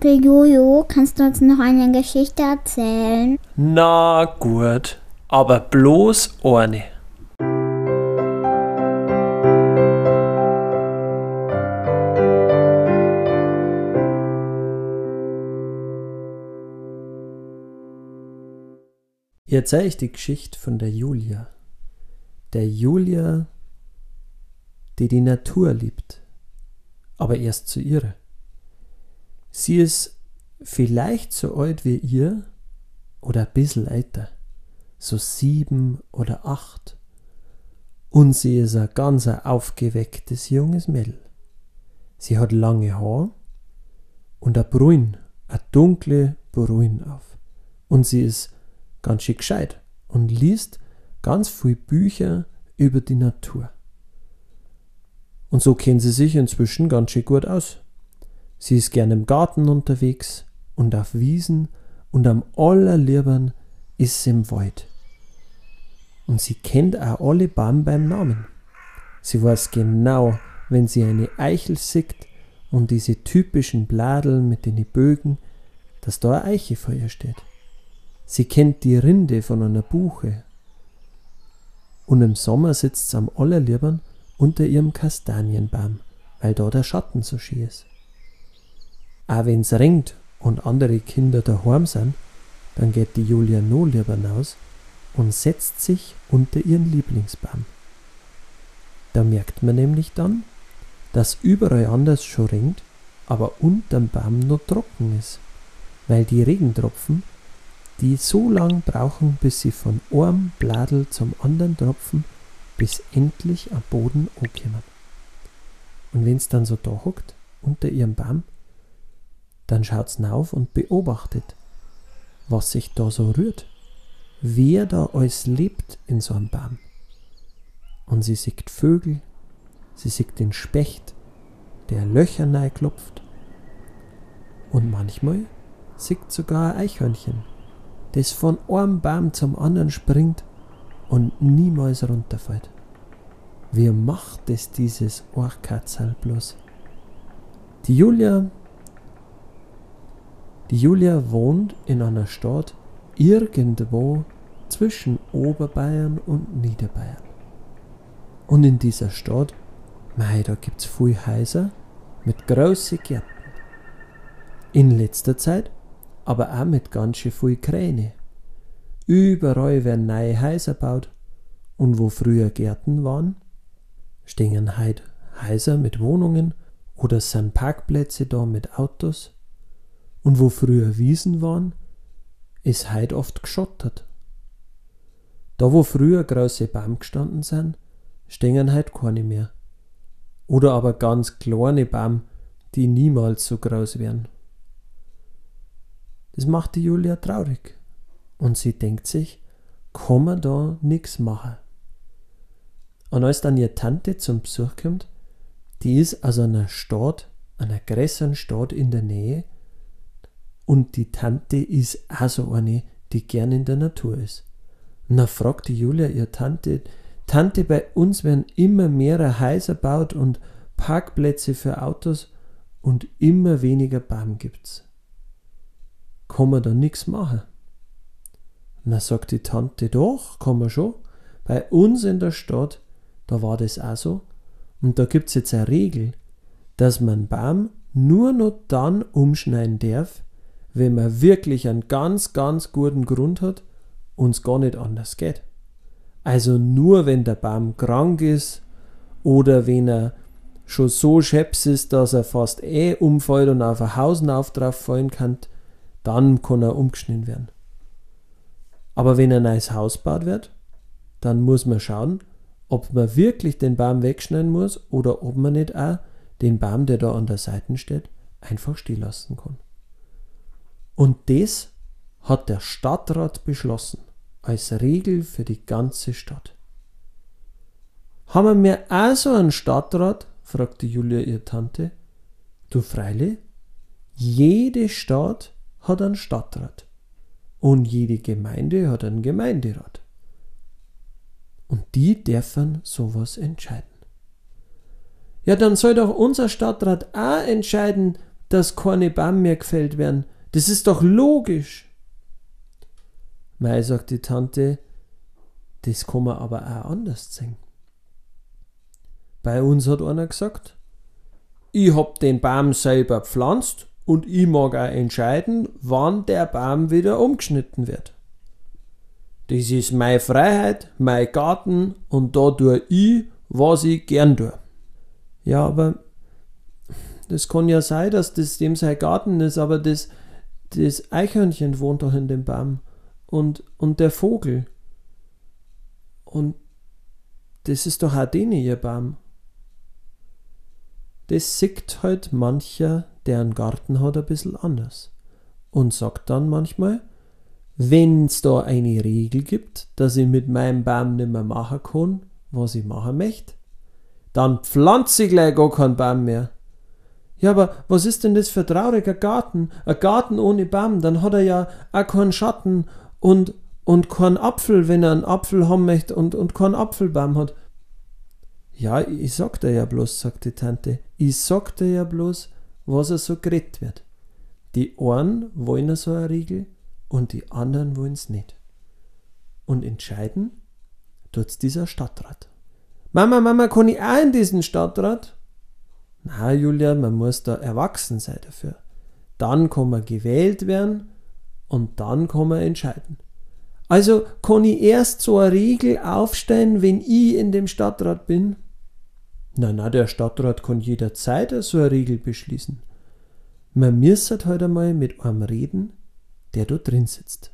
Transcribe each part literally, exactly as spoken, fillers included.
Onkel Jojo, kannst du uns noch eine Geschichte erzählen? Na gut, aber bloß eine. Ich erzähle euch die Geschichte von der Julia. Der Julia, die die Natur liebt, aber erst zu ihrer. Sie ist vielleicht so alt wie ihr oder ein bisschen älter, so sieben oder acht. Und sie ist ein ganz aufgewecktes junges Mädel. Sie hat lange Haare und ein Brühen, eine dunkle Brühen auf. Und sie ist ganz schön gescheit und liest ganz viele Bücher über die Natur. Und so kennt sie sich inzwischen ganz schön gut aus. Sie ist gern im Garten unterwegs und auf Wiesen und am allerliebsten ist sie im Wald. Und sie kennt auch alle Bäume beim Namen. Sie weiß genau, wenn sie eine Eichel sieht und diese typischen Bladeln mit den Bögen, dass da eine Eiche vor ihr steht. Sie kennt die Rinde von einer Buche. Und im Sommer sitzt sie am allerliebsten unter ihrem Kastanienbaum, weil da der Schatten so schön ist. Auch wenn es regnet und andere Kinder daheim sind, dann geht die Julia noch lieber raus und setzt sich unter ihren Lieblingsbaum. Da merkt man nämlich dann, dass überall anders schon regnet, aber unterm Baum noch trocken ist, weil die Regentropfen, die so lang brauchen, bis sie von einem Bladel zum anderen tropfen, bis endlich am Boden ankommen. Und wenn's dann so da hockt, unter ihrem Baum, dann schaut's auf und beobachtet, was sich da so rührt, wer da alles lebt in so einem Baum. Und sie sieht Vögel, sie sieht den Specht, der Löcher reinklopft, und manchmal sieht sogar ein Eichhörnchen, das von einem Baum zum anderen springt und niemals runterfällt. Wie macht es dieses Ohrkatzerl bloß? Die Julia, die Julia wohnt in einer Stadt irgendwo zwischen Oberbayern und Niederbayern. Und in dieser Stadt, mei, da gibt's viele Häuser mit großen Gärten. In letzter Zeit aber auch mit ganz schön viel Kräne. Überall werden neue Häuser gebaut und wo früher Gärten waren, stehen heute Häuser mit Wohnungen oder sind Parkplätze da mit Autos, und wo früher Wiesen waren, ist heute oft geschottert. Da wo früher große Bäume gestanden sind, stehen heute keine mehr. Oder aber ganz kleine Bäume, die niemals so groß werden. Das macht die Julia traurig. Und sie denkt sich, kann man da nix machen. Und als dann ihre Tante zum Besuch kommt, die ist aus einer Stadt, einer größeren Stadt in der Nähe, und die Tante ist auch so eine, die gern in der Natur ist. Und dann fragt die Julia ihre Tante, Tante, bei uns werden immer mehr Häuser gebaut und Parkplätze für Autos und immer weniger Bäume gibt's. Kann man da nichts machen? Na, sagt die Tante, doch, kann man schon. Bei uns in der Stadt, da war das auch so. Und da gibt's jetzt eine Regel, dass man einen Baum nur noch dann umschneiden darf, wenn man wirklich einen ganz, ganz guten Grund hat und es gar nicht anders geht. Also nur, wenn der Baum krank ist oder wenn er schon so scheps ist, dass er fast eh umfällt und auf ein Haus drauf fallen kann, dann kann er umgeschnitten werden. Aber wenn ein neues Haus gebaut wird, dann muss man schauen, ob man wirklich den Baum wegschneiden muss oder ob man nicht auch den Baum, der da an der Seite steht, einfach stehen lassen kann. Und das hat der Stadtrat beschlossen, als Regel für die ganze Stadt. Haben wir auch so einen Stadtrat? Fragte Julia ihre Tante. Du freilich, jede Stadt hat einen Stadtrat und jede Gemeinde hat einen Gemeinderat. Und die dürfen sowas entscheiden. Ja, dann soll doch unser Stadtrat auch entscheiden, dass keine Bäume mehr gefällt werden. Das ist doch logisch. Mei, sagt die Tante, das kann man aber auch anders sehen. Bei uns hat einer gesagt, ich hab den Baum selber gepflanzt und ich mag auch entscheiden, wann der Baum wieder umgeschnitten wird. Das ist meine Freiheit, mein Garten und da tue ich, was ich gern tue. Ja, aber das kann ja sein, dass das dem sein Garten ist, aber das, das Eichhörnchen wohnt doch in dem Baum und, und der Vogel. Und das ist doch auch denen ihr Baum. Das sieht halt mancher, der einen Garten hat, ein bisschen anders. Und sagt dann manchmal, wenn es da eine Regel gibt, dass ich mit meinem Baum nicht mehr machen kann, was ich machen möchte, dann pflanze ich gleich gar keinen Baum mehr. Ja, aber was ist denn das für ein trauriger Garten? Ein Garten ohne Baum, dann hat er ja auch keinen Schatten und, und keinen Apfel, wenn er einen Apfel haben möchte und, und keinen Apfelbaum hat. Ja, ich sag dir ja bloß, sagt die Tante, ich sag dir ja bloß, was er so geredet wird. Die einen wollen so eine Regel und die anderen wollen es nicht. Und entscheiden tut's dieser Stadtrat. Mama, Mama, kann ich auch in diesen Stadtrat? Na, Julia, man muss da erwachsen sein dafür. Dann kann man gewählt werden und dann kann man entscheiden. Also kann ich erst so eine Regel aufstellen, wenn ich in dem Stadtrat bin? Na, na, der Stadtrat kann jederzeit so eine Regel beschließen. Man müsste halt einmal mit einem reden, der da drin sitzt.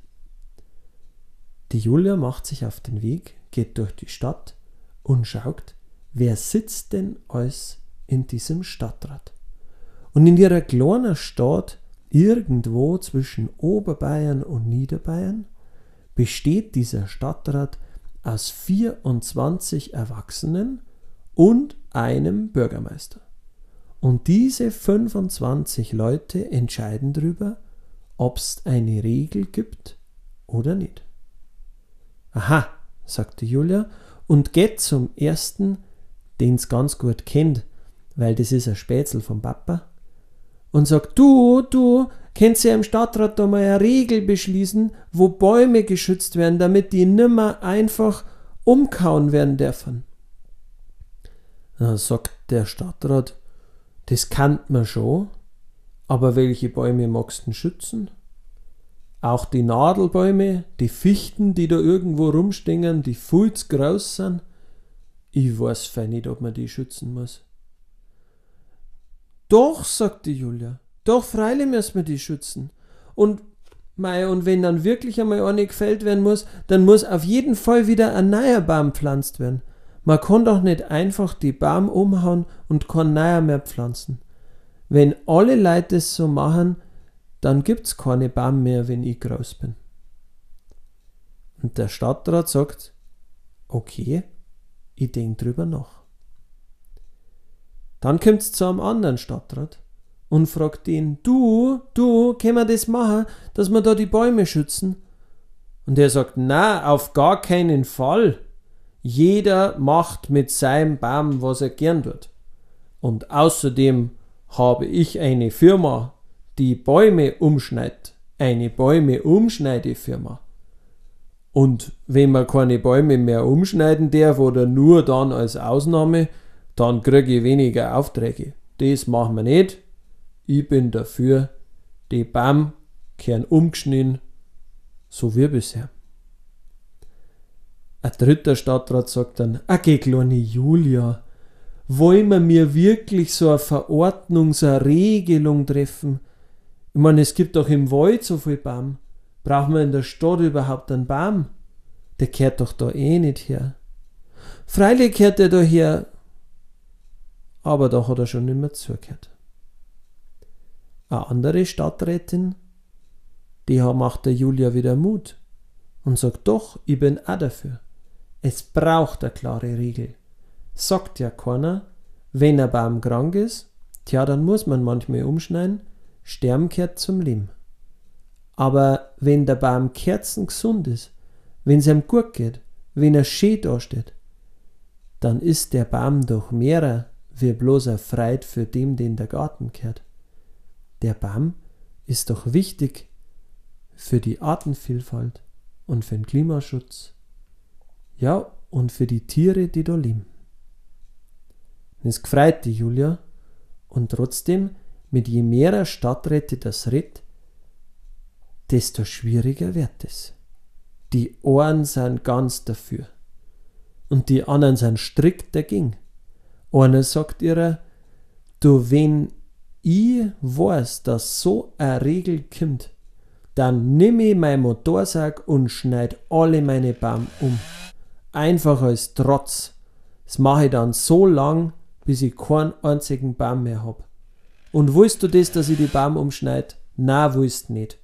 Die Julia macht sich auf den Weg, geht durch die Stadt und schaut, wer sitzt denn alles in diesem Stadtrat. Und in ihrer kleinen Stadt, irgendwo zwischen Oberbayern und Niederbayern, besteht dieser Stadtrat aus vierundzwanzig Erwachsenen und einem Bürgermeister. Und diese fünfundzwanzig Leute entscheiden darüber, ob es eine Regel gibt oder nicht. Aha, sagte Julia und geht zum ersten, den es ganz gut kennt, weil das ist ein Spätzl vom Papa, und sagt, du, du, könnt ihr im Stadtrat da mal eine Regel beschließen, wo Bäume geschützt werden, damit die nimmer einfach umkauen werden dürfen. Dann sagt der Stadtrat, das kann man schon, aber welche Bäume magst du denn schützen? Auch die Nadelbäume, die Fichten, die da irgendwo rumstehen, die viel zu groß sind? Ich weiß fein nicht, ob man die schützen muss. Doch, sagt die Julia, doch freilich müssen wir die schützen. Und, mei, und wenn dann wirklich einmal eine gefällt werden muss, dann muss auf jeden Fall wieder ein neuer Baum gepflanzt werden. Man kann doch nicht einfach die Baum umhauen und kein neuer mehr pflanzen. Wenn alle Leute das so machen, dann gibt's keine Baum mehr, wenn ich groß bin. Und der Stadtrat sagt, okay, ich denk drüber nach. Dann kommt's zu einem anderen Stadtrat und fragt ihn, du, du, können wir das machen, dass wir da die Bäume schützen? Und er sagt, na, auf gar keinen Fall. Jeder macht mit seinem Baum, was er gern tut. Und außerdem habe ich eine Firma, die Bäume umschneidet. Eine Bäume-Umschneidefirma. Und wenn man keine Bäume mehr umschneiden darf oder nur dann als Ausnahme, dann kriege ich weniger Aufträge. Das machen wir nicht. Ich bin dafür, die Bäume gehören umgeschnitten, so wie bisher. Ein dritter Stadtrat sagt dann, okay, kleine Julia, wollen wir mir wirklich so eine Verordnung, so eine Regelung treffen? Ich meine, es gibt doch im Wald so viel Baum. Brauchen wir in der Stadt überhaupt einen Baum? Der gehört doch da eh nicht her. Freilich gehört der da her, aber da hat er schon nicht mehr zugehört. Eine andere Stadträtin, die macht der Julia wieder Mut und sagt, doch, ich bin auch dafür. Es braucht eine klare Regel. Sagt ja keiner, wenn ein Baum krank ist, tja, dann muss man manchmal umschneiden, sterben gehört zum Leben. Aber wenn der Baum kerzengesund ist, wenn es ihm gut geht, wenn er schön dasteht, dann ist der Baum doch mehrer wie bloß eine Freude für den, den der Garten gehört. der Baum ist doch wichtig für die Artenvielfalt und für den Klimaschutz. Ja, und für die Tiere, die da leben. Es gefreut die Julia und trotzdem, mit je mehr Stadträte das redet, desto schwieriger wird es. Die einen sind ganz dafür und die anderen sind strikt dagegen. Einer sagt ihrer, du, wenn ich weiß, dass so eine Regel kommt, dann nimm ich mein Motorsack und schneid alle meine Bäume um. Einfach als Trotz. Das mache ich dann so lang, bis ich keinen einzigen Baum mehr habe. Und willst du das, dass ich die Bäume umschneide? Nein, willst nicht.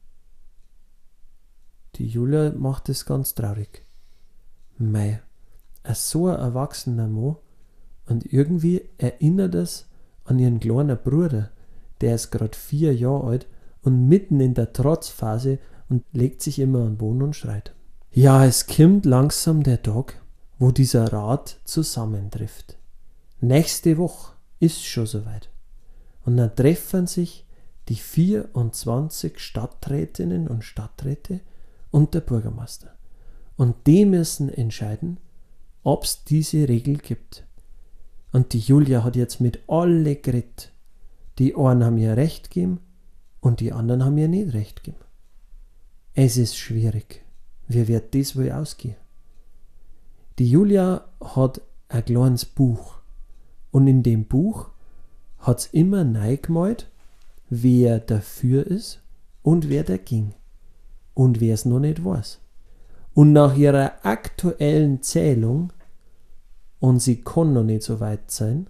Die Julia macht das ganz traurig. Mei, so ein erwachsener Mann, und irgendwie erinnert es an ihren kleinen Bruder, der ist gerade vier Jahre alt und mitten in der Trotzphase und legt sich immer an den Boden und schreit. Ja, es kommt langsam der Tag, wo dieser Rat zusammentrifft. Nächste Woche ist schon soweit. Und dann treffen sich die vierundzwanzig Stadträtinnen und Stadträte und der Bürgermeister. Und die müssen entscheiden, ob es diese Regel gibt. Und die Julia hat jetzt mit alle geredet. Die einen haben ihr Recht gegeben und die anderen haben ihr nicht Recht gegeben. Es ist schwierig. Wie wird das wohl ausgehen? Die Julia hat ein kleines Buch und in dem Buch hat es immer neu gemalt, wer dafür ist und wer dagegen und wer es noch nicht weiß. Und nach ihrer aktuellen Zählung, und sie kann noch nicht so weit sein,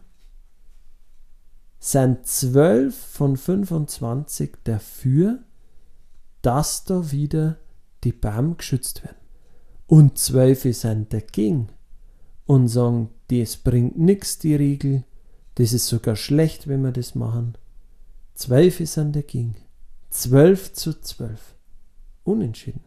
sind zwölf von fünfundzwanzig dafür, dass da wieder die Bäume geschützt werden. Und zwölf sind dagegen und sagen, das bringt nichts, die Regel, das ist sogar schlecht, wenn wir das machen. Zwölf sind dagegen. Zwölf zu zwölf. Unentschieden.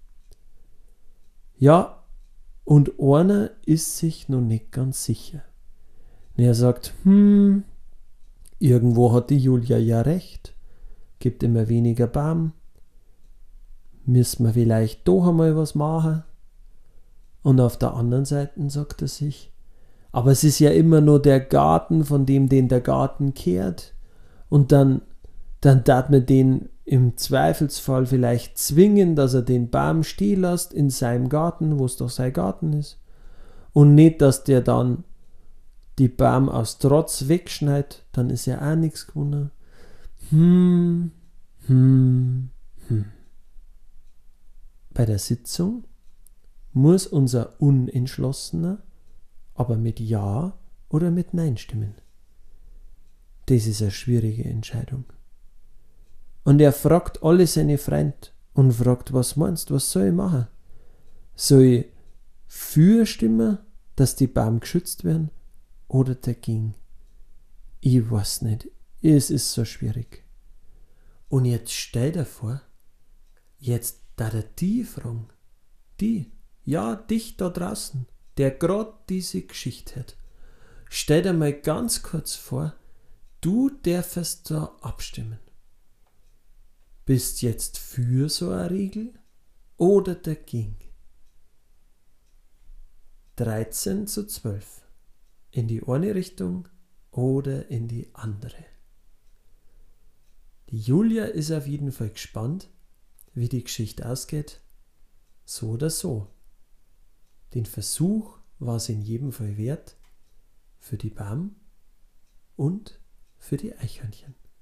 Ja, und einer ist sich noch nicht ganz sicher. Und er sagt, hm, irgendwo hat die Julia ja recht, gibt immer weniger Baum, müssen wir vielleicht doch einmal was machen. Und auf der anderen Seite sagt er sich, aber es ist ja immer nur der Garten, von dem den der Garten kehrt. Und dann, dann darf man den im Zweifelsfall vielleicht zwingen, dass er den Baum stehen lässt in seinem Garten, wo es doch sein Garten ist. Und nicht, dass der dann die Baum aus Trotz wegschneidet, dann ist ja auch nichts gewonnen. Hm, hm, hm. Bei der Sitzung muss unser Unentschlossener aber mit Ja oder mit Nein stimmen. Das ist eine schwierige Entscheidung. Und er fragt alle seine Freunde und fragt, was meinst du, was soll ich machen? Soll ich für stimmen, dass die Bäume geschützt werden oder dagegen? Ich weiß nicht, es ist so schwierig. Und jetzt stell dir vor, jetzt da der die fragen, die, ja, dich da draußen, der gerade diese Geschichte hat. Stell dir mal ganz kurz vor, du darfst da abstimmen. Bist jetzt für so eine Regel oder dagegen? dreizehn zu zwölf. In die eine Richtung oder in die andere. Die Julia ist auf jeden Fall gespannt, wie die Geschichte ausgeht. So oder so. Den Versuch war es in jedem Fall wert für die Bäume und für die Eichhörnchen.